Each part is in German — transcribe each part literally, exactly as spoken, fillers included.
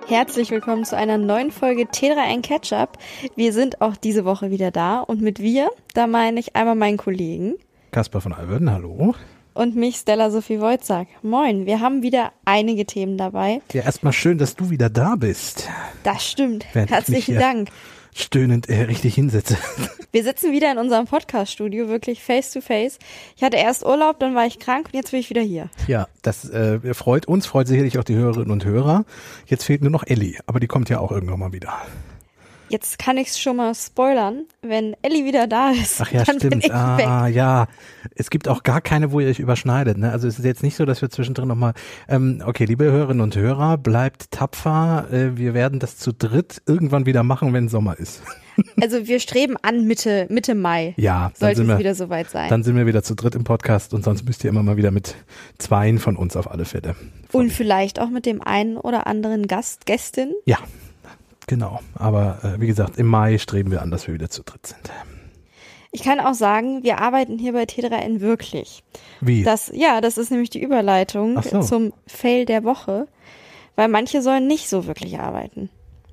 Herzlich willkommen zu einer neuen Folge T drei N Catch-Up. Wir sind auch diese Woche wieder da und mit wir, da meine ich einmal meinen Kollegen Kasper von Alverden, hallo. Und mich, Stella Sophie Wojcik. Moin, wir haben wieder einige Themen dabei. Ja, erstmal schön, dass du wieder da bist. Das stimmt. Während Herzlichen ich mich Dank. Stöhnend äh, richtig hinsetze. Wir sitzen wieder in unserem Podcast-Studio, wirklich face to face. Ich hatte erst Urlaub, dann war ich krank und jetzt bin ich wieder hier. Ja, das äh, freut uns, freut sicherlich auch die Hörerinnen und Hörer. Jetzt fehlt nur noch Elli, aber die kommt ja auch irgendwann mal wieder. Jetzt kann ich es schon mal spoilern, wenn Elli wieder da ist. Ach ja, dann stimmt. Bin ich ah, weg. ja. Es gibt auch gar keine, wo ihr euch überschneidet. Ne? Also es ist jetzt nicht so, dass wir zwischendrin nochmal, ähm, okay, liebe Hörerinnen und Hörer, bleibt tapfer. Äh, wir werden das zu dritt irgendwann wieder machen, wenn Sommer ist. Also wir streben an Mitte, Mitte Mai. Ja, dann sollte sind es wir wieder soweit sein. Dann sind wir wieder zu dritt im Podcast und sonst müsst ihr immer mal wieder mit zweien von uns auf alle Fälle. Und vielleicht auch mit dem einen oder anderen Gast, Gästin. Ja, genau. Aber äh, wie gesagt, im Mai streben wir an, dass wir wieder zu dritt sind. Ich kann auch sagen, wir arbeiten hier bei T drei N wirklich. Wie? Das, ja, das ist nämlich die Überleitung Ach so. zum Fail der Woche, weil manche sollen nicht so wirklich arbeiten.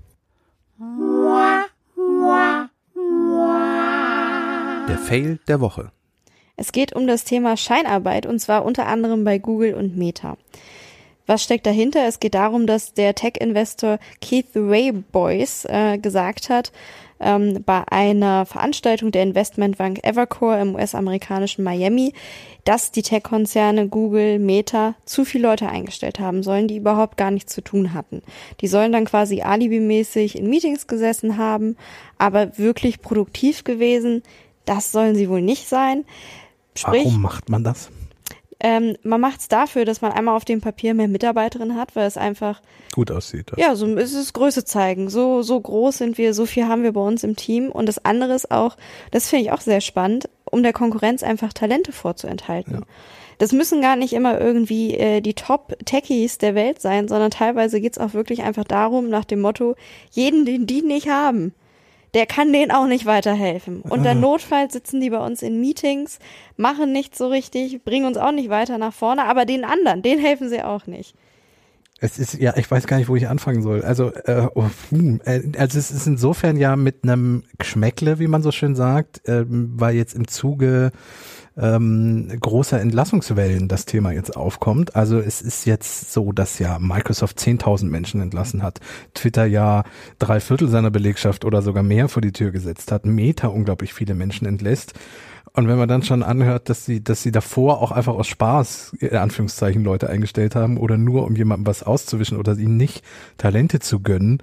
Der Fail der Woche. Es geht um das Thema Scheinarbeit und zwar unter anderem bei Google und Meta. Was steckt dahinter? Es geht darum, dass der Tech-Investor Keith Rabois äh, gesagt hat, ähm, bei einer Veranstaltung der Investmentbank Evercore im U S-amerikanischen Miami, dass die Tech-Konzerne Google, Meta zu viele Leute eingestellt haben sollen, die überhaupt gar nichts zu tun hatten. Die sollen dann quasi alibimäßig in Meetings gesessen haben, aber wirklich produktiv gewesen, das sollen sie wohl nicht sein. Sprich, Warum macht man das? Ähm, man macht es dafür, dass man einmal auf dem Papier mehr Mitarbeiterinnen hat, weil es einfach Gut aussieht. Das. ja, so es ist Größe zeigen. So so groß sind wir, so viel haben wir bei uns im Team. Und das andere ist auch, das finde ich auch sehr spannend, um der Konkurrenz einfach Talente vorzuenthalten. Ja. Das müssen gar nicht immer irgendwie äh, die Top-Techies der Welt sein, sondern teilweise geht's auch wirklich einfach darum, nach dem Motto, jeden, den die nicht haben, der kann denen auch nicht weiterhelfen. Und dann notfalls sitzen die bei uns in Meetings, machen nichts so richtig, bringen uns auch nicht weiter nach vorne, aber den anderen, denen helfen sie auch nicht. Es ist, ja, ich weiß gar nicht, wo ich anfangen soll. Also, äh, oh, hm, äh, also es ist insofern ja mit einem Geschmäckle, wie man so schön sagt, ähm, weil jetzt im Zuge ähm, großer Entlassungswellen das Thema jetzt aufkommt. Also es ist jetzt so, dass ja Microsoft zehntausend Menschen entlassen hat, Twitter ja drei Viertel seiner Belegschaft oder sogar mehr vor die Tür gesetzt hat, Meta unglaublich viele Menschen entlässt. Und wenn man dann schon anhört, dass sie, dass sie davor auch einfach aus Spaß, in Anführungszeichen, Leute eingestellt haben oder nur um jemandem was auszuwischen oder ihnen nicht Talente zu gönnen,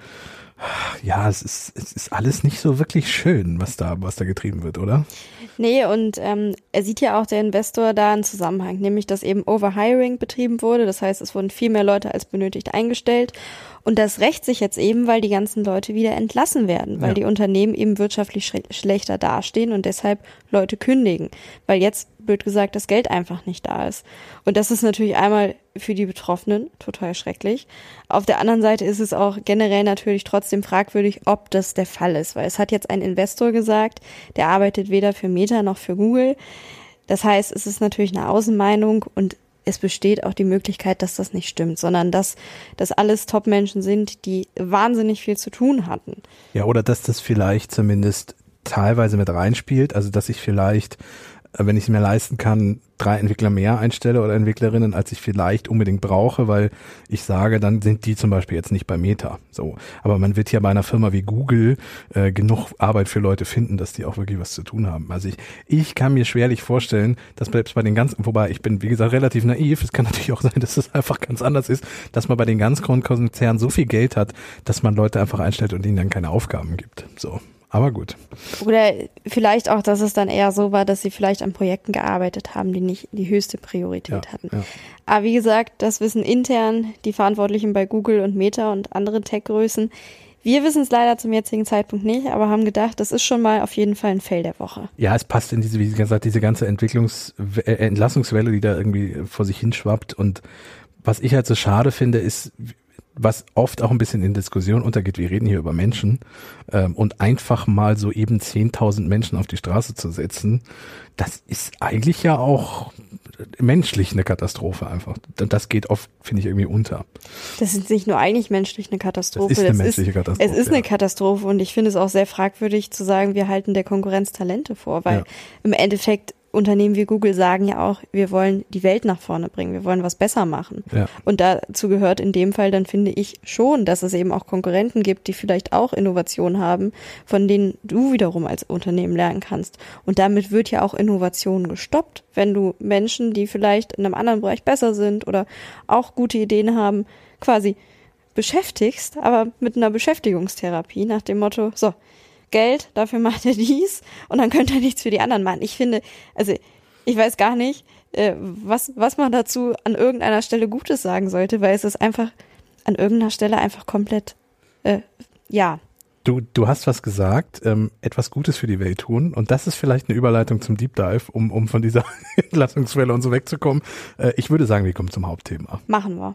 ja, es ist, es ist alles nicht so wirklich schön, was da, was da getrieben wird, oder? Nee, und ähm, er sieht ja auch der Investor da einen Zusammenhang, nämlich dass eben Overhiring betrieben wurde. Das heißt, es wurden viel mehr Leute als benötigt eingestellt. Und das rächt sich jetzt eben, weil die ganzen Leute wieder entlassen werden, weil ja. die Unternehmen eben wirtschaftlich sch- schlechter dastehen und deshalb Leute kündigen. Weil jetzt, blöd gesagt, das Geld einfach nicht da ist. Und das ist natürlich einmal für die Betroffenen total schrecklich. Auf der anderen Seite ist es auch generell natürlich trotzdem fragwürdig, ob das der Fall ist. Weil es hat jetzt ein Investor gesagt, der arbeitet weder für Meta noch für Google. Das heißt, es ist natürlich eine Außenmeinung und es besteht auch die Möglichkeit, dass das nicht stimmt, sondern dass das alles Top-Menschen sind, die wahnsinnig viel zu tun hatten. Ja, oder dass das vielleicht zumindest teilweise mit reinspielt, also dass ich vielleicht, wenn ich es mir leisten kann, drei Entwickler mehr einstelle oder Entwicklerinnen, als ich vielleicht unbedingt brauche, weil ich sage, dann sind die zum Beispiel jetzt nicht bei Meta. So, aber man wird ja bei einer Firma wie Google äh, genug Arbeit für Leute finden, dass die auch wirklich was zu tun haben. Also ich, ich kann mir schwerlich vorstellen, dass selbst bei den ganzen, wobei ich bin, wie gesagt, relativ naiv, es kann natürlich auch sein, dass es einfach ganz anders ist, dass man bei den ganz großen Konzernen so viel Geld hat, dass man Leute einfach einstellt und ihnen dann keine Aufgaben gibt. So. Aber gut. Oder vielleicht auch, dass es dann eher so war, dass sie vielleicht an Projekten gearbeitet haben, die nicht die höchste Priorität ja, hatten. Ja. Aber wie gesagt, das wissen intern die Verantwortlichen bei Google und Meta und andere Tech-Größen. Wir wissen es leider zum jetzigen Zeitpunkt nicht, aber haben gedacht, das ist schon mal auf jeden Fall ein Fail der Woche. Ja, es passt in diese, wie gesagt, diese ganze Entwicklungs-, äh, Entlassungswelle, die da irgendwie vor sich hinschwappt. Und was ich halt so schade finde, ist, was oft auch ein bisschen in Diskussion untergeht, wir reden hier über Menschen, ähm, und einfach mal so eben zehntausend Menschen auf die Straße zu setzen, das ist eigentlich ja auch menschlich eine Katastrophe einfach. Das geht oft, finde ich, irgendwie unter. Das ist nicht nur eigentlich menschlich eine Katastrophe. Das ist eine das menschliche ist, Katastrophe. Es ist ja. eine Katastrophe und ich finde es auch sehr fragwürdig zu sagen, wir halten der Konkurrenz Talente vor, weil ja. im Endeffekt Unternehmen wie Google sagen ja auch, wir wollen die Welt nach vorne bringen, wir wollen was besser machen. Ja. Und dazu gehört in dem Fall dann, finde ich, schon, dass es eben auch Konkurrenten gibt, die vielleicht auch Innovation haben, von denen du wiederum als Unternehmen lernen kannst. Und damit wird ja auch Innovation gestoppt, wenn du Menschen, die vielleicht in einem anderen Bereich besser sind oder auch gute Ideen haben, quasi beschäftigst, aber mit einer Beschäftigungstherapie nach dem Motto, so, Geld, dafür macht er dies und dann könnte er nichts für die anderen machen. Ich finde, also ich weiß gar nicht, äh, was was man dazu an irgendeiner Stelle Gutes sagen sollte, weil es ist einfach an irgendeiner Stelle einfach komplett, äh, ja. Du, du hast was gesagt, ähm, etwas Gutes für die Welt tun und das ist vielleicht eine Überleitung zum Deep Dive, um, um von dieser Entlassungswelle und so wegzukommen. Äh, ich würde sagen, wir kommen zum Hauptthema. Machen wir.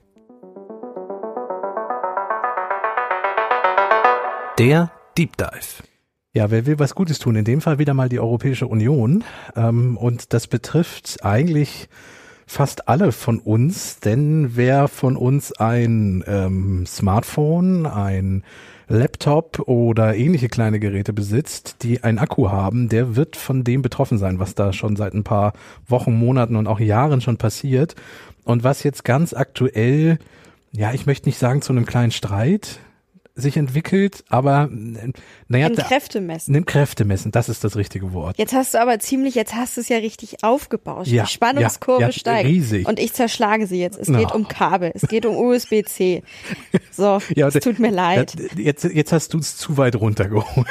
Der Deep Dive. Ja, wer will was Gutes tun? In dem Fall wieder mal die Europäische Union. Ähm, und das betrifft eigentlich fast alle von uns, denn wer von uns ein ähm, Smartphone, ein Laptop oder ähnliche kleine Geräte besitzt, die einen Akku haben, der wird von dem betroffen sein, was da schon seit ein paar Wochen, Monaten und auch Jahren schon passiert. Und was jetzt ganz aktuell, ja, ich möchte nicht sagen zu einem kleinen Streit sich entwickelt, aber naja, Ein Kräftemessen. Ein Kräftemessen, das ist das richtige Wort. Jetzt hast du aber ziemlich, jetzt hast du es ja richtig aufgebauscht. Ja, die Spannungskurve ja, ja, steigt. Riesig. Und ich zerschlage sie jetzt. Es No. geht um Kabel, es geht um U S B C. So, ja, es tut mir leid. Jetzt, jetzt hast du es zu weit runtergeholt.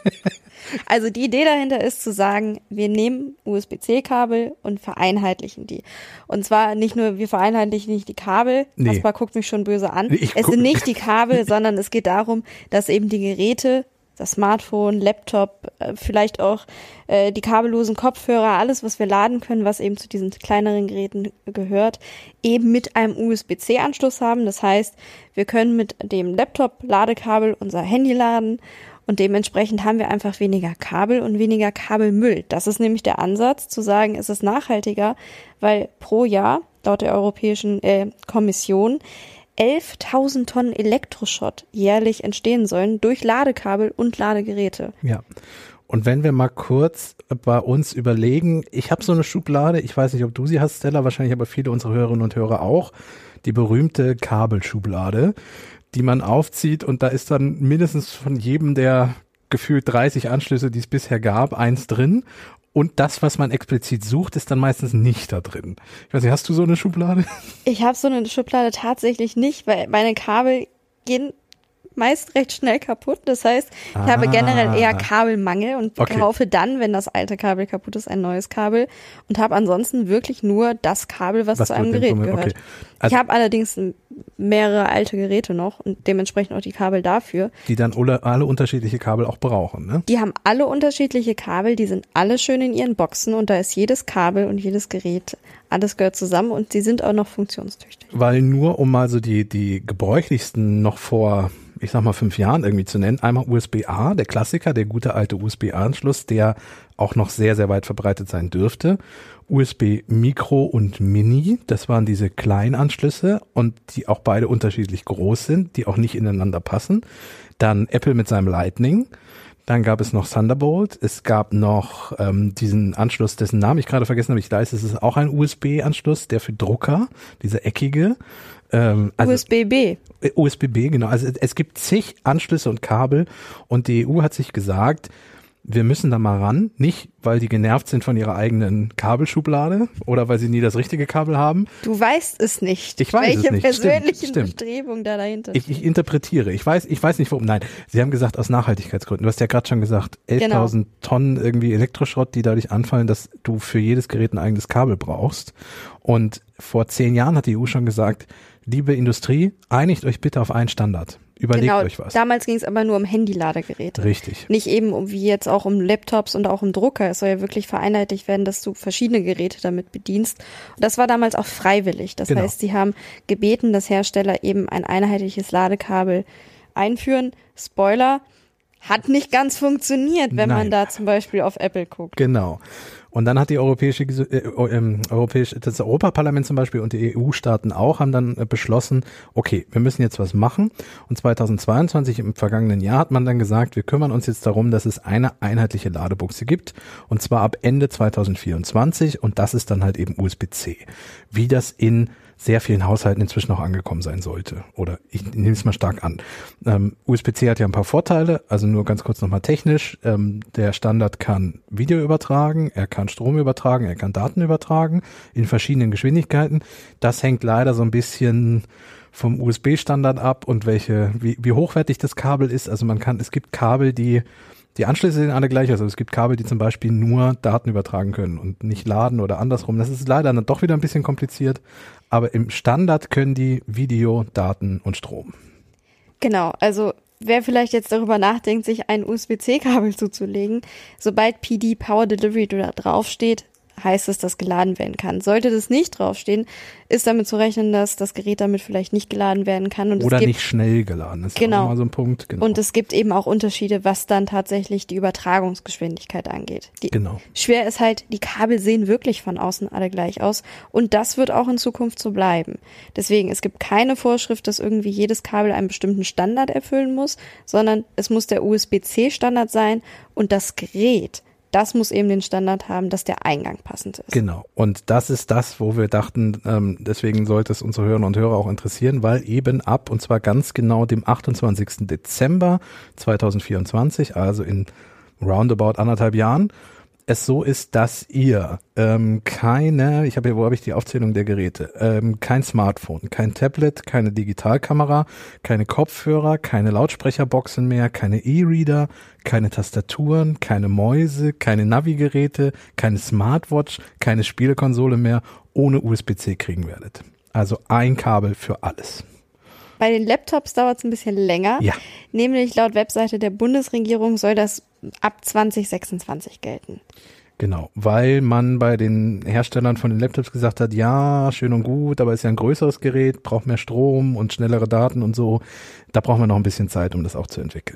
Also die Idee dahinter ist zu sagen, wir nehmen U S B C-Kabel und vereinheitlichen die. Und zwar nicht nur, wir vereinheitlichen nicht die Kabel, Nee. Kaspar guckt mich schon böse an. Ich es guck- sind nicht die Kabel, sondern es geht darum, dass eben die Geräte, das Smartphone, Laptop, äh, vielleicht auch äh, die kabellosen Kopfhörer, alles, was wir laden können, was eben zu diesen kleineren Geräten gehört, eben mit einem U S B C-Anschluss haben. Das heißt, wir können mit dem Laptop-Ladekabel unser Handy laden. Und dementsprechend haben wir einfach weniger Kabel und weniger Kabelmüll. Das ist nämlich der Ansatz, zu sagen, es ist nachhaltiger, weil pro Jahr, laut der Europäischen äh, Kommission, elftausend Tonnen Elektroschrott jährlich entstehen sollen durch Ladekabel und Ladegeräte. Ja. Und wenn wir mal kurz bei uns überlegen, ich habe so eine Schublade, ich weiß nicht, ob du sie hast, Stella, wahrscheinlich aber viele unserer Hörerinnen und Hörer auch, die berühmte Kabelschublade, die man aufzieht und da ist dann mindestens von jedem der gefühlt dreißig Anschlüsse, die es bisher gab, eins drin. Und das, was man explizit sucht, ist dann meistens nicht da drin. Ich weiß nicht, hast du so eine Schublade? Ich habe so eine Schublade tatsächlich nicht, weil meine Kabel gehen meist recht schnell kaputt. Das heißt, ich Ah. habe generell eher Kabelmangel und Okay. kaufe dann, wenn das alte Kabel kaputt ist, ein neues Kabel und habe ansonsten wirklich nur das Kabel, was, Was zu du einem dem Gerät Moment- gehört. okay. Also- ich habe allerdings mehrere alte Geräte noch und dementsprechend auch die Kabel dafür. Die dann alle, alle unterschiedliche Kabel auch brauchen, ne? Die haben alle unterschiedliche Kabel, die sind alle schön in ihren Boxen und da ist jedes Kabel und jedes Gerät, alles gehört zusammen und sie sind auch noch funktionstüchtig. Weil nur, um mal so die, die gebräuchlichsten noch vor, ich sag mal, fünf Jahren irgendwie zu nennen, einmal U S B A, der Klassiker, der gute alte U S B A-Anschluss, der auch noch sehr, sehr weit verbreitet sein dürfte. U S B Micro und Mini, das waren diese kleinen Anschlüsse und die auch beide unterschiedlich groß sind, die auch nicht ineinander passen. Dann Apple mit seinem Lightning. Dann gab es noch Thunderbolt. Es gab noch ähm, diesen Anschluss, dessen Namen ich gerade vergessen habe. Ich weiß, es ist auch ein U S B-Anschluss, der für Drucker, dieser eckige. Ähm, also U S B B. U S B B, genau. Also es gibt zig Anschlüsse und Kabel und die E U hat sich gesagt, wir müssen da mal ran, nicht weil die genervt sind von ihrer eigenen Kabelschublade oder weil sie nie das richtige Kabel haben. Du weißt es nicht. Ich weiß Welche es nicht. persönlichen Stimmt, stimmt. Bestrebungen da dahinter Ich, ich interpretiere. Ich weiß, ich weiß nicht warum. Nein, sie haben gesagt aus Nachhaltigkeitsgründen. Du hast ja gerade schon gesagt, elftausend Genau. Tonnen irgendwie Elektroschrott, die dadurch anfallen, dass du für jedes Gerät ein eigenes Kabel brauchst. Und vor zehn Jahren hat die E U schon gesagt, liebe Industrie, einigt euch bitte auf einen Standard. Überlegt genau, euch was. Damals ging es aber nur um Handy-Ladegeräte. Richtig. Nicht eben um wie jetzt auch um Laptops und auch um Drucker. Es soll ja wirklich vereinheitlicht werden, dass du verschiedene Geräte damit bedienst. Und das war damals auch freiwillig. Das genau. heißt, sie haben gebeten, dass Hersteller eben ein einheitliches Ladekabel einführen. Spoiler, hat nicht ganz funktioniert, wenn Nein. man da zum Beispiel auf Apple guckt. Genau. Und dann hat die europäische, äh, äh, europäische, das Europaparlament zum Beispiel und die E U-Staaten auch haben dann äh, beschlossen, okay, wir müssen jetzt was machen. Und zweitausendzweiundzwanzig, im vergangenen Jahr, hat man dann gesagt, wir kümmern uns jetzt darum, dass es eine einheitliche Ladebuchse gibt. Und zwar ab Ende zweitausendvierundzwanzig. Und das ist dann halt eben U S B C. Wie das in sehr vielen Haushalten inzwischen auch angekommen sein sollte. Oder ich nehme es mal stark an. Ähm, U S B C hat ja ein paar Vorteile, also nur ganz kurz nochmal technisch. Ähm, der Standard kann Video übertragen, er kann Strom übertragen, er kann Daten übertragen in verschiedenen Geschwindigkeiten. Das hängt leider so ein bisschen vom U S B-Standard ab und welche, wie, wie hochwertig das Kabel ist. Also man kann, es gibt Kabel, die Die Anschlüsse sind alle gleich, also es gibt Kabel, die zum Beispiel nur Daten übertragen können und nicht laden oder andersrum. Das ist leider dann doch wieder ein bisschen kompliziert, aber im Standard können die Video, Daten und Strom. Genau, also wer vielleicht jetzt darüber nachdenkt, sich ein U S B C-Kabel zuzulegen, sobald P D Power Delivery da draufsteht, heißt es, dass geladen werden kann. Sollte das nicht draufstehen, ist damit zu rechnen, dass das Gerät damit vielleicht nicht geladen werden kann. Und Oder es gibt, nicht schnell geladen, das ist genau. auch immer so ein Punkt. Genau. Und es gibt eben auch Unterschiede, was dann tatsächlich die Übertragungsgeschwindigkeit angeht. Die, genau. Schwer ist halt, die Kabel sehen wirklich von außen alle gleich aus und das wird auch in Zukunft so bleiben. Deswegen, es gibt keine Vorschrift, dass irgendwie jedes Kabel einen bestimmten Standard erfüllen muss, sondern es muss der U S B C-Standard sein und das Gerät, das muss eben den Standard haben, dass der Eingang passend ist. Genau. Und das ist das, wo wir dachten, ähm, deswegen sollte es unsere Hörerinnen und Hörer auch interessieren, weil eben ab, und zwar ganz genau dem achtundzwanzigsten Dezember zweitausendvierundzwanzig, also in roundabout anderthalb Jahren, es so ist, dass ihr ähm, keine, ich habe hier, wo habe ich die Aufzählung der Geräte, ähm, kein Smartphone, kein Tablet, keine Digitalkamera, keine Kopfhörer, keine Lautsprecherboxen mehr, keine E-Reader, keine Tastaturen, keine Mäuse, keine Navigeräte, keine Smartwatch, keine Spielekonsole mehr ohne U S B C kriegen werdet. Also ein Kabel für alles. Bei den Laptops dauert es ein bisschen länger. Ja. Nämlich laut Webseite der Bundesregierung soll das ab zwanzig sechsundzwanzig gelten. Genau, weil man bei den Herstellern von den Laptops gesagt hat, ja, schön und gut, aber ist ja ein größeres Gerät, braucht mehr Strom und schnellere Daten und so. Da brauchen wir noch ein bisschen Zeit, um das auch zu entwickeln.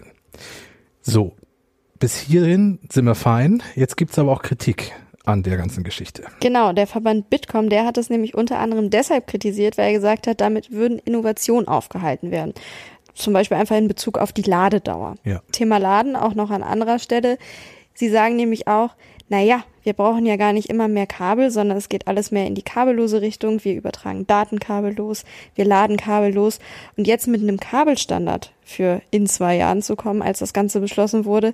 So, bis hierhin sind wir fein. Jetzt gibt's aber auch Kritik an der ganzen Geschichte. Genau, der Verband Bitkom, der hat es nämlich unter anderem deshalb kritisiert, weil er gesagt hat, damit würden Innovationen aufgehalten werden. Zum Beispiel einfach in Bezug auf die Ladedauer. Ja. Thema Laden auch noch an anderer Stelle. Sie sagen nämlich auch, naja, wir brauchen ja gar nicht immer mehr Kabel, sondern es geht alles mehr in die kabellose Richtung. Wir übertragen Daten kabellos, wir laden kabellos. Und jetzt mit einem Kabelstandard für in zwei Jahren zu kommen, als das Ganze beschlossen wurde,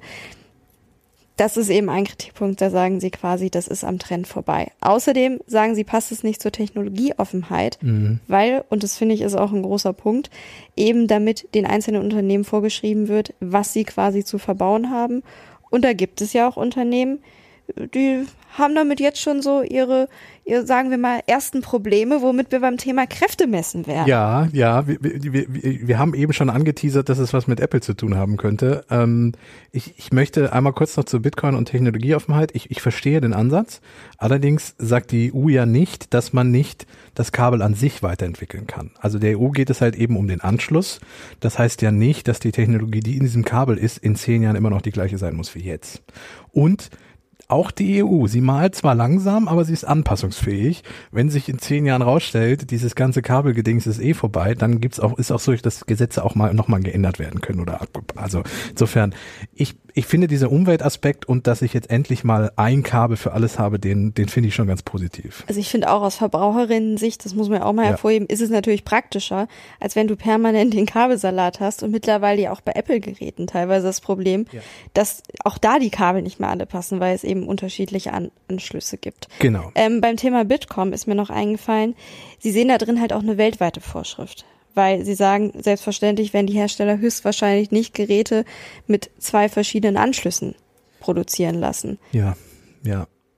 das ist eben ein Kritikpunkt, da sagen sie quasi, das ist am Trend vorbei. Außerdem sagen sie, passt es nicht zur Technologieoffenheit, mhm. weil, und das finde ich ist auch ein großer Punkt, eben damit den einzelnen Unternehmen vorgeschrieben wird, was sie quasi zu verbauen haben. Und da gibt es ja auch Unternehmen, die haben damit jetzt schon so ihre, ihre, sagen wir mal, ersten Probleme, womit wir beim Thema Kräfte messen werden. Ja, ja, wir, wir, wir, wir haben eben schon angeteasert, dass es was mit Apple zu tun haben könnte. Ähm, ich, ich möchte einmal kurz noch zu Bitcoin und Technologieoffenheit. Ich, ich verstehe den Ansatz. Allerdings sagt die E U ja nicht, dass man nicht das Kabel an sich weiterentwickeln kann. Also der E U geht es halt eben um den Anschluss. Das heißt ja nicht, dass die Technologie, die in diesem Kabel ist, in zehn Jahren immer noch die gleiche sein muss wie jetzt. Und auch die E U, sie malt zwar langsam, aber sie ist anpassungsfähig. Wenn sich in zehn Jahren rausstellt, dieses ganze Kabelgedings ist eh vorbei, dann gibt's auch, ist auch so, dass Gesetze auch mal nochmal geändert werden können oder also insofern, ich ich finde dieser Umweltaspekt und dass ich jetzt endlich mal ein Kabel für alles habe, den den finde ich schon ganz positiv. Also ich finde auch aus Verbraucherinnen-Sicht, das muss man ja auch mal ja. hervorheben, ist es natürlich praktischer, als wenn du permanent den Kabelsalat hast und mittlerweile ja auch bei Apple-Geräten teilweise das Problem, ja. dass auch da die Kabel nicht mehr alle passen, weil es eben unterschiedliche An- Anschlüsse gibt. Genau. Ähm, beim Thema Bitkom ist mir noch eingefallen, sie sehen da drin halt auch eine weltweite Vorschrift. Weil sie sagen, selbstverständlich werden die Hersteller höchstwahrscheinlich nicht Geräte mit zwei verschiedenen Anschlüssen produzieren lassen. Ja, ja.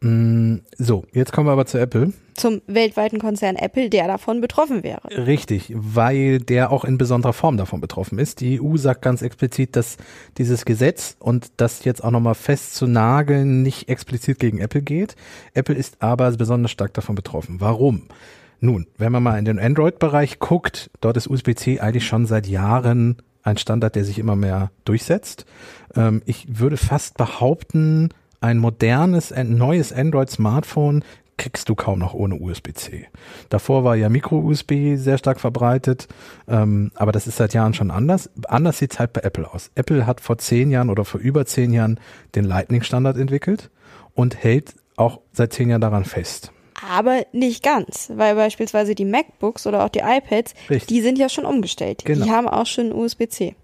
So, jetzt kommen wir aber zu Apple. Zum weltweiten Konzern Apple, der davon betroffen wäre. Richtig, weil der auch in besonderer Form davon betroffen ist. Die E U sagt ganz explizit, dass dieses Gesetz und das jetzt auch nochmal fest zu nageln nicht explizit gegen Apple geht. Apple ist aber besonders stark davon betroffen. Warum? Nun, wenn man mal in den Android-Bereich guckt, dort ist U S B C eigentlich schon seit Jahren ein Standard, der sich immer mehr durchsetzt. Ähm, ich würde fast behaupten, ein modernes, ein neues Android-Smartphone kriegst du kaum noch ohne U S B C. Davor war ja Micro-U S B sehr stark verbreitet, ähm, aber das ist seit Jahren schon anders. Anders sieht es halt bei Apple aus. Apple hat vor zehn Jahren oder vor über zehn Jahren den Lightning-Standard entwickelt und hält auch seit zehn Jahren daran fest. Aber nicht ganz, weil beispielsweise die MacBooks oder auch die iPads, Richtig. Die sind ja schon umgestellt. Genau. Die haben auch schon U S B C.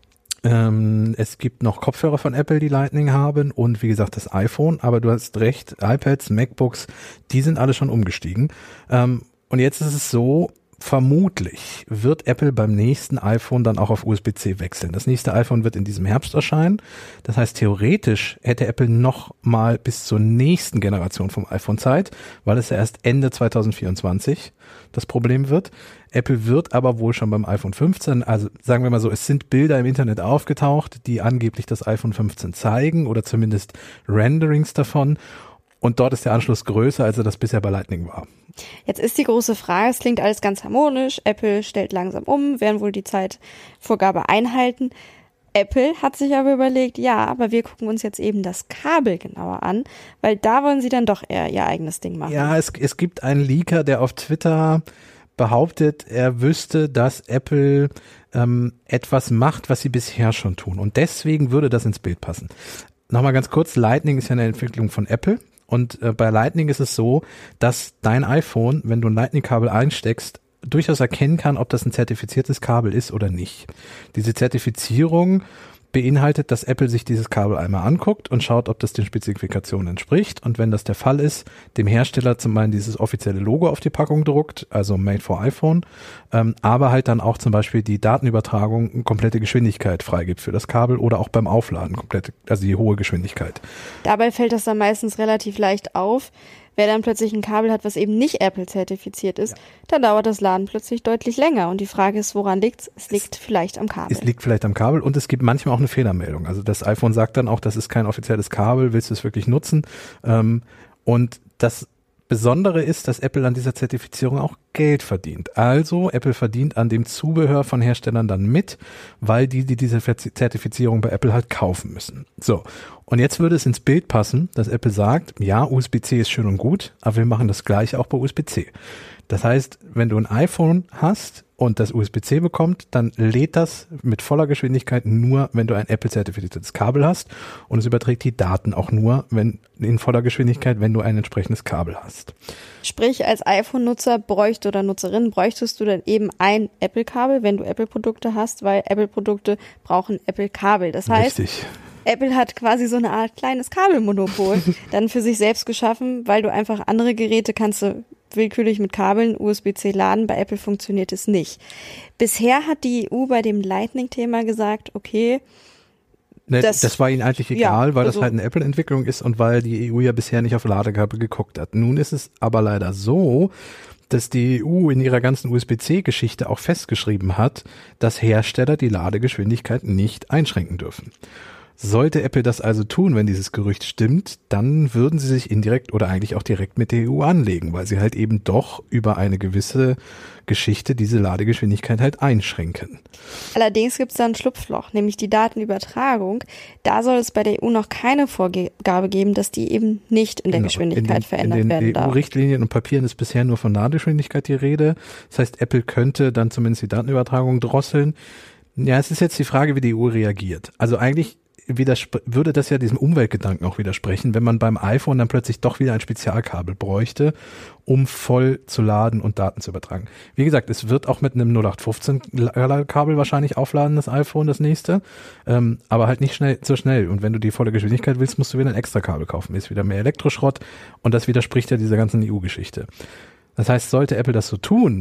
Ähm, es gibt noch Kopfhörer von Apple, die Lightning haben und wie gesagt das iPhone, aber du hast recht, iPads, MacBooks, die sind alle schon umgestiegen. Ähm, und jetzt ist es so, vermutlich wird Apple beim nächsten iPhone dann auch auf U S B C wechseln. Das nächste iPhone wird in diesem Herbst erscheinen. Das heißt, theoretisch hätte Apple noch mal bis zur nächsten Generation vom iPhone Zeit, weil es ja erst Ende zwanzig vierundzwanzig das Problem wird. Apple wird aber wohl schon beim iPhone fünfzehn, also sagen wir mal so, es sind Bilder im Internet aufgetaucht, die angeblich das iPhone fünfzehn zeigen oder zumindest Renderings davon. Und dort ist der Anschluss größer, als er das bisher bei Lightning war. Jetzt ist die große Frage, es klingt alles ganz harmonisch, Apple stellt langsam um, werden wohl die Zeitvorgabe einhalten. Apple hat sich aber überlegt, ja, aber wir gucken uns jetzt eben das Kabel genauer an, weil da wollen sie dann doch eher ihr eigenes Ding machen. Ja, es, es gibt einen Leaker, der auf Twitter behauptet, er wüsste, dass Apple ähm, etwas macht, was sie bisher schon tun. Und deswegen würde das ins Bild passen. Nochmal ganz kurz, Lightning ist ja eine Entwicklung von Apple. Und äh, bei Lightning ist es so, dass dein iPhone, wenn du ein Lightning-Kabel einsteckst, durchaus erkennen kann, ob das ein zertifiziertes Kabel ist oder nicht. Diese Zertifizierung beinhaltet, dass Apple sich dieses Kabel einmal anguckt und schaut, ob das den Spezifikationen entspricht. Und wenn das der Fall ist, dem Hersteller zum Beispiel dieses offizielle Logo auf die Packung druckt, also Made for iPhone, ähm, aber halt dann auch zum Beispiel die Datenübertragung komplette Geschwindigkeit freigibt für das Kabel oder auch beim Aufladen komplette, also die hohe Geschwindigkeit. Dabei fällt das dann meistens relativ leicht auf. Wer dann plötzlich ein Kabel hat, was eben nicht Apple-zertifiziert ist, ja. Dann dauert das Laden plötzlich deutlich länger. Und die Frage ist, woran liegt's? Es liegt es, vielleicht am Kabel. Es liegt vielleicht am Kabel und es gibt manchmal auch eine Fehlermeldung. Also das iPhone sagt dann auch, das ist kein offizielles Kabel, willst du es wirklich nutzen? Ähm, und das Besondere ist, dass Apple an dieser Zertifizierung auch Geld verdient. Also Apple verdient an dem Zubehör von Herstellern dann mit, weil die, die diese Zertifizierung bei Apple halt kaufen müssen. So, und jetzt würde es ins Bild passen, dass Apple sagt, ja, U S B C ist schön und gut, aber wir machen das gleiche auch bei U S B C. Das heißt, wenn du ein iPhone hast und das U S B C bekommt, dann lädt das mit voller Geschwindigkeit nur, wenn du ein Apple-zertifiziertes Kabel hast und es überträgt die Daten auch nur wenn in voller Geschwindigkeit, wenn du ein entsprechendes Kabel hast. Sprich, als iPhone-Nutzer bräuchte oder Nutzerin bräuchtest du dann eben ein Apple-Kabel, wenn du Apple-Produkte hast, weil Apple-Produkte brauchen Apple-Kabel. Das heißt, Richtig. Apple hat quasi so eine Art kleines Kabelmonopol dann für sich selbst geschaffen, weil du einfach andere Geräte kannst du willkürlich mit Kabeln U S B C laden. Bei Apple funktioniert es nicht. Bisher hat die E U bei dem Lightning-Thema gesagt, okay, Ne, das, das war ihnen eigentlich egal, ja, weil also, das halt eine Apple-Entwicklung ist und weil die E U ja bisher nicht auf Ladekabel geguckt hat. Nun ist es aber leider so, dass die E U in ihrer ganzen U S B C-Geschichte auch festgeschrieben hat, dass Hersteller die Ladegeschwindigkeit nicht einschränken dürfen. Sollte Apple das also tun, wenn dieses Gerücht stimmt, dann würden sie sich indirekt oder eigentlich auch direkt mit der E U anlegen, weil sie halt eben doch über eine gewisse Geschichte diese Ladegeschwindigkeit halt einschränken. Allerdings gibt es da ein Schlupfloch, nämlich die Datenübertragung. Da soll es bei der E U noch keine Vorgabe geben, dass die eben nicht in der genau. Geschwindigkeit in den, verändert werden darf. In den E U-Richtlinien und Papieren ist bisher nur von Ladegeschwindigkeit die Rede. Das heißt, Apple könnte dann zumindest die Datenübertragung drosseln. Ja, es ist jetzt die Frage, wie die E U reagiert. Also eigentlich Widerspr- würde das ja diesem Umweltgedanken auch widersprechen, wenn man beim iPhone dann plötzlich doch wieder ein Spezialkabel bräuchte, um voll zu laden und Daten zu übertragen. Wie gesagt, es wird auch mit einem null acht fünfzehn Kabel wahrscheinlich aufladen, das iPhone, das nächste, ähm, aber halt nicht schnell so schnell. Und wenn du die volle Geschwindigkeit willst, musst du wieder ein extra Kabel kaufen. Ist wieder mehr Elektroschrott und das widerspricht ja dieser ganzen E U-Geschichte. Das heißt, sollte Apple das so tun,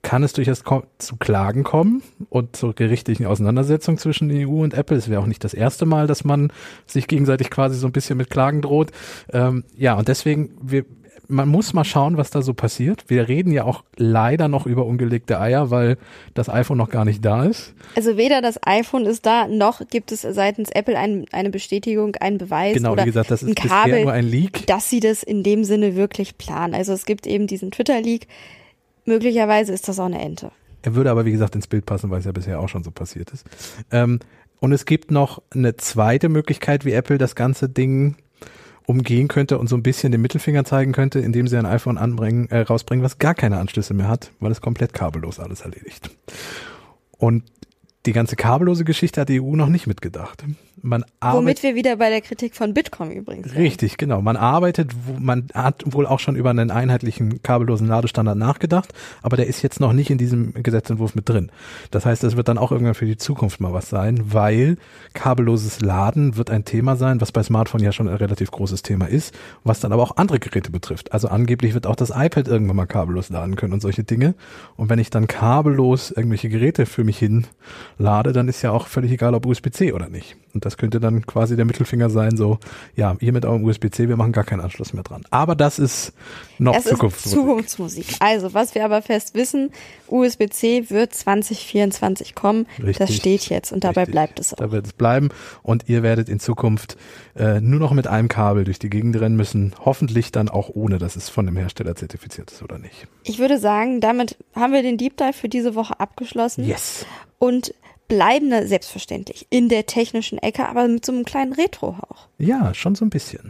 kann es durchaus ko- zu Klagen kommen und zur gerichtlichen Auseinandersetzung zwischen der E U und Apple. Es wäre auch nicht das erste Mal, dass man sich gegenseitig quasi so ein bisschen mit Klagen droht. Ähm, ja, und deswegen, wir, man muss mal schauen, was da so passiert. Wir reden ja auch leider noch über ungelegte Eier, weil das iPhone noch gar nicht da ist. Also weder das iPhone ist da, noch gibt es seitens Apple ein, eine Bestätigung, einen Beweis Genau, oder wie gesagt, das ist ein bisher Kabel, nur ein Leak. dass sie das in dem Sinne wirklich planen. Also es gibt eben diesen Twitter-Leak. Möglicherweise ist das auch eine Ente. Er würde aber, wie gesagt, ins Bild passen, weil es ja bisher auch schon so passiert ist. Ähm, und es gibt noch eine zweite Möglichkeit, wie Apple das ganze Ding umgehen könnte und so ein bisschen den Mittelfinger zeigen könnte, indem sie ein iPhone anbringen, äh, rausbringen, was gar keine Anschlüsse mehr hat, weil es komplett kabellos alles erledigt. Und die ganze kabellose Geschichte hat die E U noch nicht mitgedacht. Man Womit wir wieder bei der Kritik von Bitkom übrigens sind. Richtig, genau. Man arbeitet, man hat wohl auch schon über einen einheitlichen kabellosen Ladestandard nachgedacht, aber der ist jetzt noch nicht in diesem Gesetzentwurf mit drin. Das heißt, das wird dann auch irgendwann für die Zukunft mal was sein, weil kabelloses Laden wird ein Thema sein, was bei Smartphone ja schon ein relativ großes Thema ist, was dann aber auch andere Geräte betrifft. Also angeblich wird auch das iPad irgendwann mal kabellos laden können und solche Dinge. Und wenn ich dann kabellos irgendwelche Geräte für mich hin lade, dann ist ja auch völlig egal, ob U S B C oder nicht. Und das könnte dann quasi der Mittelfinger sein, so, ja, ihr mit eurem U S B C, wir machen gar keinen Anschluss mehr dran. Aber das ist noch es Zukunftsmusik. Ist Zukunftsmusik. Also, was wir aber fest wissen, U S B C wird zwanzig vierundzwanzig kommen. Richtig, das steht jetzt und dabei richtig. Bleibt es auch. Da wird es bleiben und ihr werdet in Zukunft äh, nur noch mit einem Kabel durch die Gegend rennen müssen. Hoffentlich dann auch ohne, dass es von dem Hersteller zertifiziert ist oder nicht. Ich würde sagen, damit haben wir den Deep Dive für diese Woche abgeschlossen. Yes. Und bleiben da selbstverständlich in der technischen Ecke, aber mit so einem kleinen Retro-Hauch. Ja, schon so ein bisschen.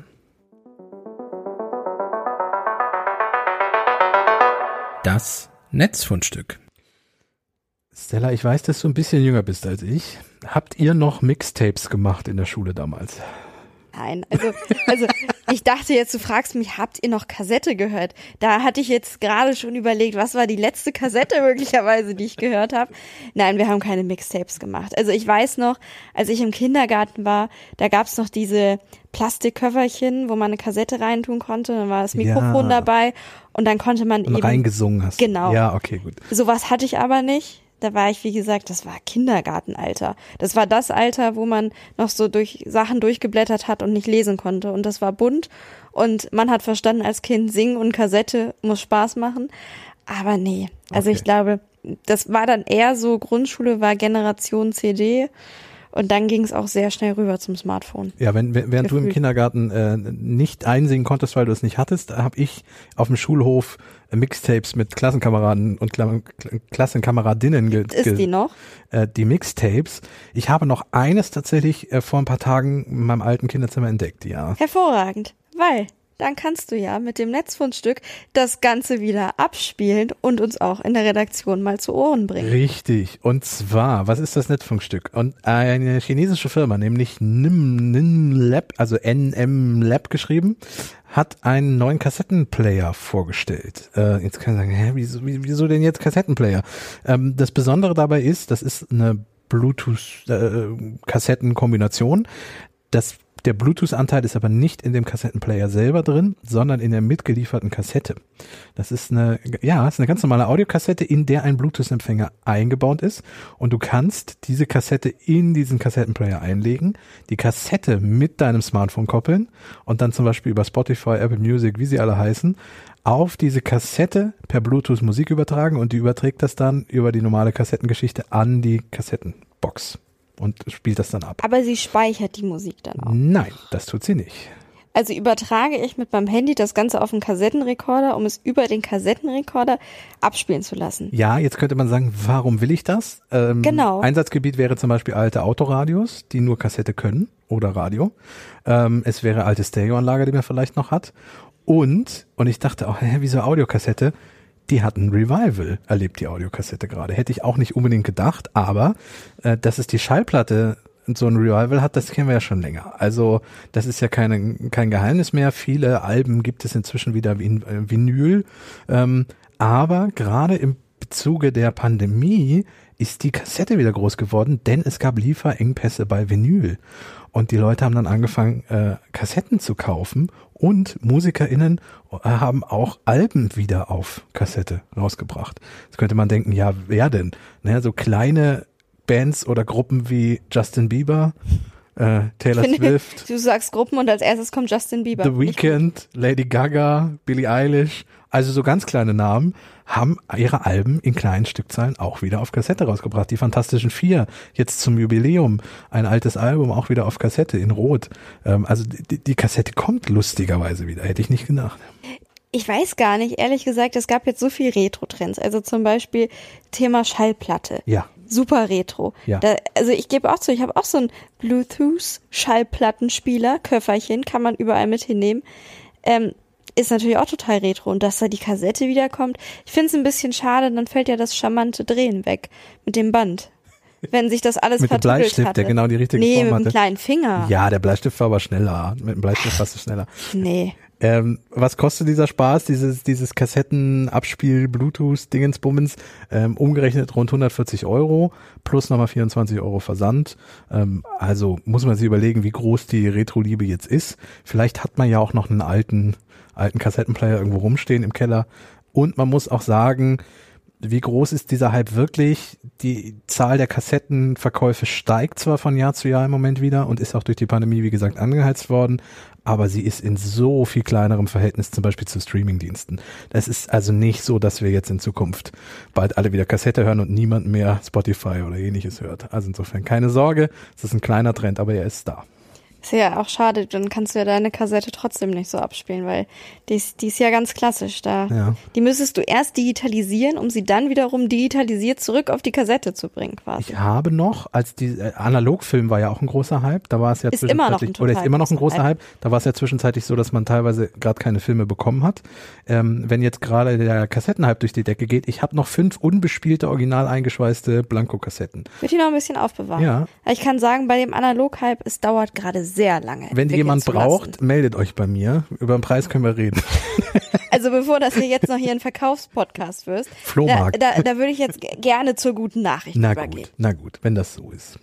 Das Netzfundstück. Stella, ich weiß, dass du ein bisschen jünger bist als ich. Habt ihr noch Mixtapes gemacht in der Schule damals? Nein, also, also ich dachte jetzt, du fragst mich, habt ihr noch Kassette gehört? Da hatte ich jetzt gerade schon überlegt, was war die letzte Kassette möglicherweise, die ich gehört habe. Nein, wir haben keine Mixtapes gemacht. Also ich weiß noch, als ich im Kindergarten war, da gab's noch diese Plastikköfferchen, wo man eine Kassette reintun konnte, dann war das Mikrofon ja. dabei und dann konnte man und eben... reingesungen hast. Genau. Ja, okay, gut. Sowas hatte ich aber nicht. Da war ich, wie gesagt, das war Kindergartenalter. Das war das Alter, wo man noch so durch Sachen durchgeblättert hat und nicht lesen konnte. Und das war bunt. Und man hat verstanden als Kind, Singen und Kassette muss Spaß machen. Aber nee, also okay. Ich glaube, das war dann eher so, Grundschule war Generation C D. Und dann ging es auch sehr schnell rüber zum Smartphone. Ja, wenn, während Gefühlt. du im Kindergarten äh, nicht einsingen konntest, weil du es nicht hattest, habe ich auf dem Schulhof äh, Mixtapes mit Klassenkameraden und Kla- Klassenkameradinnen ge- Ist ge- die noch? Äh, die Mixtapes. Ich habe noch eines tatsächlich äh, vor ein paar Tagen in meinem alten Kinderzimmer entdeckt, ja. Hervorragend, weil... dann kannst du ja mit dem Netzfundstück das Ganze wieder abspielen und uns auch in der Redaktion mal zu Ohren bringen. Richtig. Und zwar, was ist das Netzfunkstück? Und eine chinesische Firma, nämlich Nim, Nim Lab, also N M Lab geschrieben, hat einen neuen Kassettenplayer vorgestellt. Äh, jetzt kann ich sagen, hä, wieso, wieso denn jetzt Kassettenplayer? Ähm, das Besondere dabei ist, das ist eine Bluetooth-Kassettenkombination. Das Der Bluetooth-Anteil ist aber nicht in dem Kassettenplayer selber drin, sondern in der mitgelieferten Kassette. Das ist eine, ja, ist eine ganz normale Audiokassette, in der ein Bluetooth-Empfänger eingebaut ist und du kannst diese Kassette in diesen Kassettenplayer einlegen, die Kassette mit deinem Smartphone koppeln und dann zum Beispiel über Spotify, Apple Music, wie sie alle heißen, auf diese Kassette per Bluetooth Musik übertragen und die überträgt das dann über die normale Kassettengeschichte an die Kassettenbox. Und spielt das dann ab. Aber sie speichert die Musik dann auch? Nein, das tut sie nicht. Also übertrage ich mit meinem Handy das Ganze auf einen Kassettenrekorder, um es über den Kassettenrekorder abspielen zu lassen. Ja, jetzt könnte man sagen, warum will ich das? Ähm, genau. Einsatzgebiet wäre zum Beispiel alte Autoradios, die nur Kassette können oder Radio. Ähm, es wäre alte Stereoanlage, die man vielleicht noch hat. Und, und ich dachte auch, hä, wieso Audiokassette? Die hat ein Revival erlebt, die Audiokassette gerade. Hätte ich auch nicht unbedingt gedacht, aber äh, dass es die Schallplatte so ein Revival hat, das kennen wir ja schon länger. Also das ist ja keine, kein Geheimnis mehr. Viele Alben gibt es inzwischen wieder wie in Vinyl. Ähm, aber gerade im Bezuge der Pandemie ist die Kassette wieder groß geworden, denn es gab Lieferengpässe bei Vinyl. und die Leute haben dann angefangen, äh, Kassetten zu kaufen und MusikerInnen haben auch Alben wieder auf Kassette rausgebracht. Jetzt könnte man denken, ja, wer denn? Naja, so kleine Bands oder Gruppen wie Justin Bieber, äh, Taylor Swift. Du sagst Gruppen und als erstes kommt Justin Bieber. The Weeknd, Lady Gaga, Billie Eilish, also so ganz kleine Namen, haben ihre Alben in kleinen Stückzahlen auch wieder auf Kassette rausgebracht. Die Fantastischen Vier, jetzt zum Jubiläum, ein altes Album auch wieder auf Kassette in Rot. Ähm, also die, die Kassette kommt lustigerweise wieder, hätte ich nicht gedacht. Ich weiß gar nicht, ehrlich gesagt, es gab jetzt so viel Retro-Trends. Also zum Beispiel Thema Schallplatte. Ja. Super Retro. Ja. Da, also ich gebe auch zu, ich habe auch so einen Bluetooth-Schallplattenspieler, Köfferchen, kann man überall mit hinnehmen. Ähm, ist natürlich auch total Retro. Und dass da die Kassette wiederkommt, ich finde es ein bisschen schade, dann fällt ja das charmante Drehen weg mit dem Band. Wenn sich das alles mit dem vertüdelt Bleistift, hatte. der genau die richtige nee, Form hatte. Nee, mit dem kleinen Finger. Ja, der Bleistift war aber schneller. Mit dem Bleistift warst du schneller. Nee. Ähm, was kostet dieser Spaß, dieses dieses Kassettenabspiel Bluetooth-Dingensbummens? Ähm, umgerechnet rund hundertvierzig Euro plus nochmal vierundzwanzig Euro Versand. Ähm, also muss man sich überlegen, wie groß die Retro-Liebe jetzt ist. Vielleicht hat man ja auch noch einen alten alten Kassettenplayer irgendwo rumstehen im Keller. Und man muss auch sagen, wie groß ist dieser Hype wirklich? Die Zahl der Kassettenverkäufe steigt zwar von Jahr zu Jahr im Moment wieder und ist auch durch die Pandemie, wie gesagt, angeheizt worden, aber sie ist in so viel kleinerem Verhältnis zum Beispiel zu Streamingdiensten. Das ist also nicht so, dass wir jetzt in Zukunft bald alle wieder Kassette hören und niemand mehr Spotify oder ähnliches hört. Also insofern keine Sorge, es ist ein kleiner Trend, aber er ist da. Ist ja auch schade, dann kannst du ja deine Kassette trotzdem nicht so abspielen, weil die ist, die ist ja ganz klassisch da. Ja. Die müsstest du erst digitalisieren, um sie dann wiederum digitalisiert zurück auf die Kassette zu bringen quasi. Ich habe noch, als die äh, Analogfilm war ja auch ein großer Hype, da war es ja ist immer noch ein oder ist immer noch ein großer Hype, da war es ja zwischenzeitlich so, dass man teilweise gerade keine Filme bekommen hat. Ähm, wenn jetzt gerade der Kassettenhype durch die Decke geht, ich habe noch fünf unbespielte, original eingeschweißte Blanko-Kassetten. Würde ich noch ein bisschen aufbewahren. Ja. Ich kann sagen, bei dem Analog-Hype, es dauert gerade sehr lange. Wenn die jemand braucht, meldet euch bei mir. Über den Preis können wir reden. Also bevor das hier jetzt noch hier ein Verkaufspodcast wirst, Flohmarkt. Da, da, da würde ich jetzt gerne zur guten Nachricht na übergehen. Gut, na gut, wenn das so ist.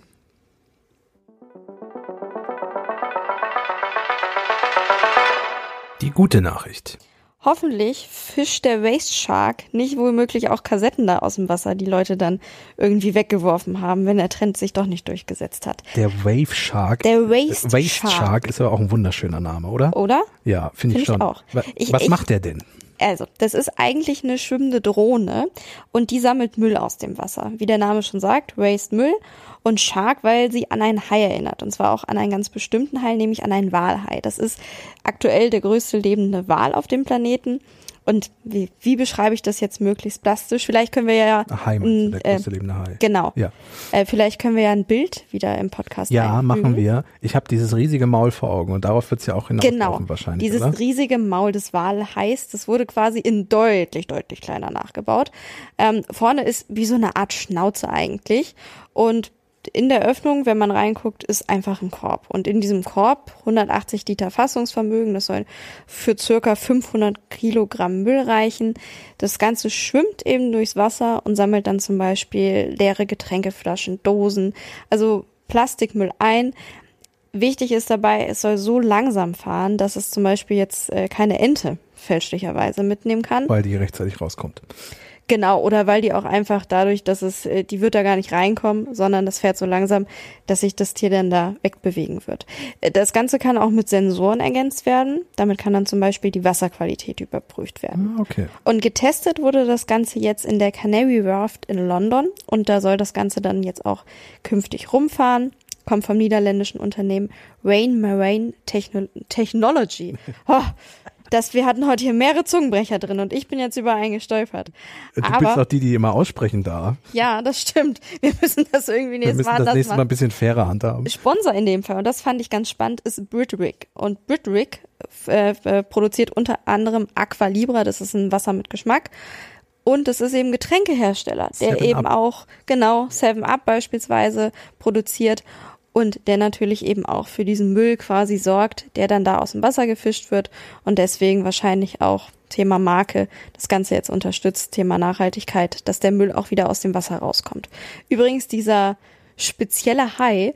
Die gute Nachricht. Hoffentlich fischt der Waste Shark nicht womöglich auch Kassetten da aus dem Wasser, die Leute dann irgendwie weggeworfen haben, wenn der Trend sich doch nicht durchgesetzt hat. Der Wave Shark. Der Waste, Waste Shark. Shark ist aber auch ein wunderschöner Name, oder? Oder? Ja, finde Find ich schon. Ich auch. Was, ich, was ich, macht der denn? Also, das ist eigentlich eine schwimmende Drohne und die sammelt Müll aus dem Wasser. Wie der Name schon sagt, Waste Müll und Shark, weil sie an einen Hai erinnert. Und zwar auch an einen ganz bestimmten Hai, nämlich an einen Walhai. Das ist aktuell der größte lebende Wal auf dem Planeten. Und wie, wie beschreibe ich das jetzt möglichst plastisch? Vielleicht können wir ja... Hai, meinst du, der größte äh, lebende Hai. Genau. Ja. Äh, vielleicht können wir ja ein Bild wieder im Podcast Ja, einfügen. machen wir. Ich habe dieses riesige Maul vor Augen und darauf wird es ja auch hinauslaufen genau. wahrscheinlich, Dieses oder? riesige Maul des Walhais, das wurde quasi in deutlich, deutlich kleiner nachgebaut. Ähm, vorne ist wie so eine Art Schnauze eigentlich und in der Öffnung, wenn man reinguckt, ist einfach ein Korb. Und in diesem Korb hundertachtzig Liter Fassungsvermögen, das soll für circa fünfhundert Kilogramm Müll reichen. Das Ganze schwimmt eben durchs Wasser und sammelt dann zum Beispiel leere Getränkeflaschen, Dosen, also Plastikmüll ein. Wichtig ist dabei, es soll so langsam fahren, dass es zum Beispiel jetzt äh, keine Ente fälschlicherweise mitnehmen kann. Weil die rechtzeitig rauskommt. Genau, oder weil die auch einfach dadurch, dass es, die wird da gar nicht reinkommen, sondern das fährt so langsam, dass sich das Tier dann da wegbewegen wird. Das Ganze kann auch mit Sensoren ergänzt werden. Damit kann dann zum Beispiel die Wasserqualität überprüft werden. Okay. Und getestet wurde das Ganze jetzt in der Canary Wharf in London und da soll das Ganze dann jetzt auch künftig rumfahren. Kommt vom niederländischen Unternehmen Rain Marine Techno- Technology. Oh, Das, wir hatten heute hier mehrere Zungenbrecher drin und ich bin jetzt überall gestolpert. Du Aber, bist auch die, die immer aussprechen darf. Ja, das stimmt. Wir müssen das irgendwie Wir nächstes müssen Mal das anders nächste Mal machen. ein bisschen fairer handhaben. Sponsor in dem Fall, und das fand ich ganz spannend, ist Britvic. Und Britvic äh, äh, produziert unter anderem Aqua Libra, das ist ein Wasser mit Geschmack. Und es ist eben Getränkehersteller, der Seven eben Up. auch, genau, Seven Up beispielsweise produziert und der natürlich eben auch für diesen Müll quasi sorgt, der dann da aus dem Wasser gefischt wird und deswegen wahrscheinlich auch Thema Marke das Ganze jetzt unterstützt, Thema Nachhaltigkeit, dass der Müll auch wieder aus dem Wasser rauskommt. Übrigens dieser spezielle Hai,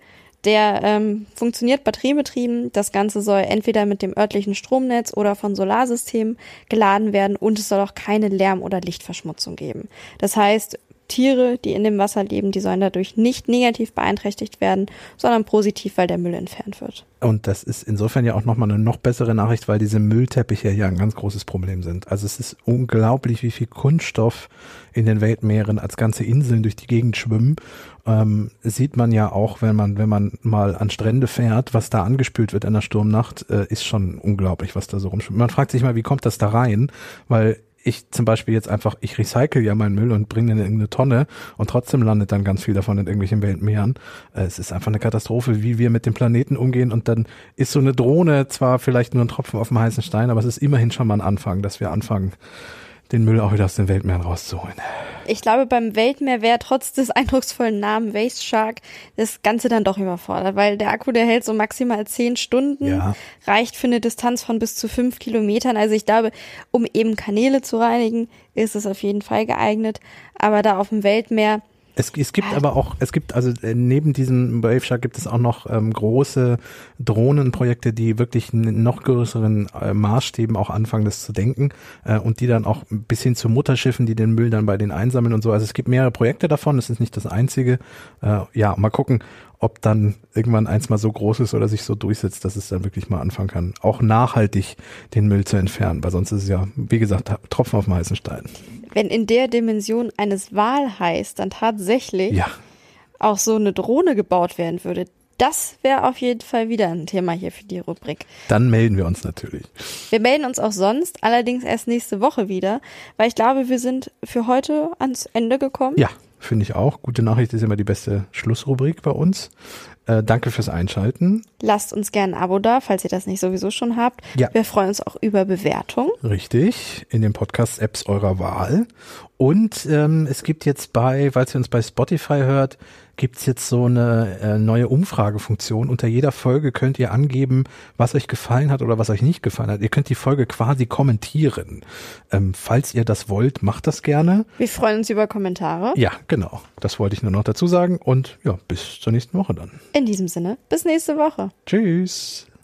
der ähm, funktioniert batteriebetrieben. Das Ganze soll entweder mit dem örtlichen Stromnetz oder von Solarsystemen geladen werden und es soll auch keine Lärm- oder Lichtverschmutzung geben. Das heißt, Tiere, die in dem Wasser leben, die sollen dadurch nicht negativ beeinträchtigt werden, sondern positiv, weil der Müll entfernt wird. Und das ist insofern ja auch nochmal eine noch bessere Nachricht, weil diese Müllteppiche ja ein ganz großes Problem sind. Also es ist unglaublich, wie viel Kunststoff in den Weltmeeren als ganze Inseln durch die Gegend schwimmen. Ähm, sieht man ja auch, wenn man wenn man mal an Strände fährt, was da angespült wird in der Sturmnacht, äh, ist schon unglaublich, was da so rumschwimmt. Man fragt sich mal, wie kommt das da rein? Weil ich zum Beispiel jetzt einfach, ich recycle ja meinen Müll und bringe den in irgendeine Tonne und trotzdem landet dann ganz viel davon in irgendwelchen Weltmeeren. Es ist einfach eine Katastrophe, wie wir mit dem Planeten umgehen und dann ist so eine Drohne zwar vielleicht nur ein Tropfen auf dem heißen Stein, aber es ist immerhin schon mal ein Anfang, dass wir anfangen, den Müll auch wieder aus den Weltmeeren rauszuholen. Ich glaube, beim Weltmeer wäre trotz des eindrucksvollen Namen Waste Shark das Ganze dann doch überfordert, weil der Akku, der hält so maximal zehn Stunden, ja. Reicht für eine Distanz von bis zu fünf Kilometern. Also ich glaube, um eben Kanäle zu reinigen, ist es auf jeden Fall geeignet. Aber da auf dem Weltmeer... Es, es gibt aber auch, es gibt also neben diesem Wave Shark gibt es auch noch ähm, große Drohnenprojekte, die wirklich in noch größeren äh, Maßstäben auch anfangen, das zu denken äh, und die dann auch bis hin zu Mutterschiffen, die den Müll dann bei denen einsammeln und so. Also es gibt mehrere Projekte davon, das ist nicht das einzige. Äh, ja, mal gucken, ob dann irgendwann eins mal so groß ist oder sich so durchsetzt, dass es dann wirklich mal anfangen kann, auch nachhaltig den Müll zu entfernen, weil sonst ist es ja, wie gesagt, Tropfen auf dem heißen Stein. Wenn in der Dimension eines Walhais dann tatsächlich ja. auch so eine Drohne gebaut werden würde, das wäre auf jeden Fall wieder ein Thema hier für die Rubrik. Dann melden wir uns natürlich. Wir melden uns auch sonst, allerdings erst nächste Woche wieder, weil ich glaube, wir sind für heute ans Ende gekommen. Ja, finde ich auch. Gute Nachricht ist immer die beste Schlussrubrik bei uns. Äh, danke fürs Einschalten. Lasst uns gerne ein Abo da, falls ihr das nicht sowieso schon habt. Ja. Wir freuen uns auch über Bewertung. Richtig, in den Podcast-Apps eurer Wahl. Und ähm, es gibt jetzt bei, falls ihr uns bei Spotify hört, gibt's jetzt so eine äh, neue Umfragefunktion. Unter jeder Folge könnt ihr angeben, was euch gefallen hat oder was euch nicht gefallen hat. Ihr könnt die Folge quasi kommentieren. Ähm, falls ihr das wollt, macht das gerne. Wir freuen uns über Kommentare. Ja, genau. Das wollte ich nur noch dazu sagen. Und ja, bis zur nächsten Woche dann. In diesem Sinne, bis nächste Woche. Tschüss.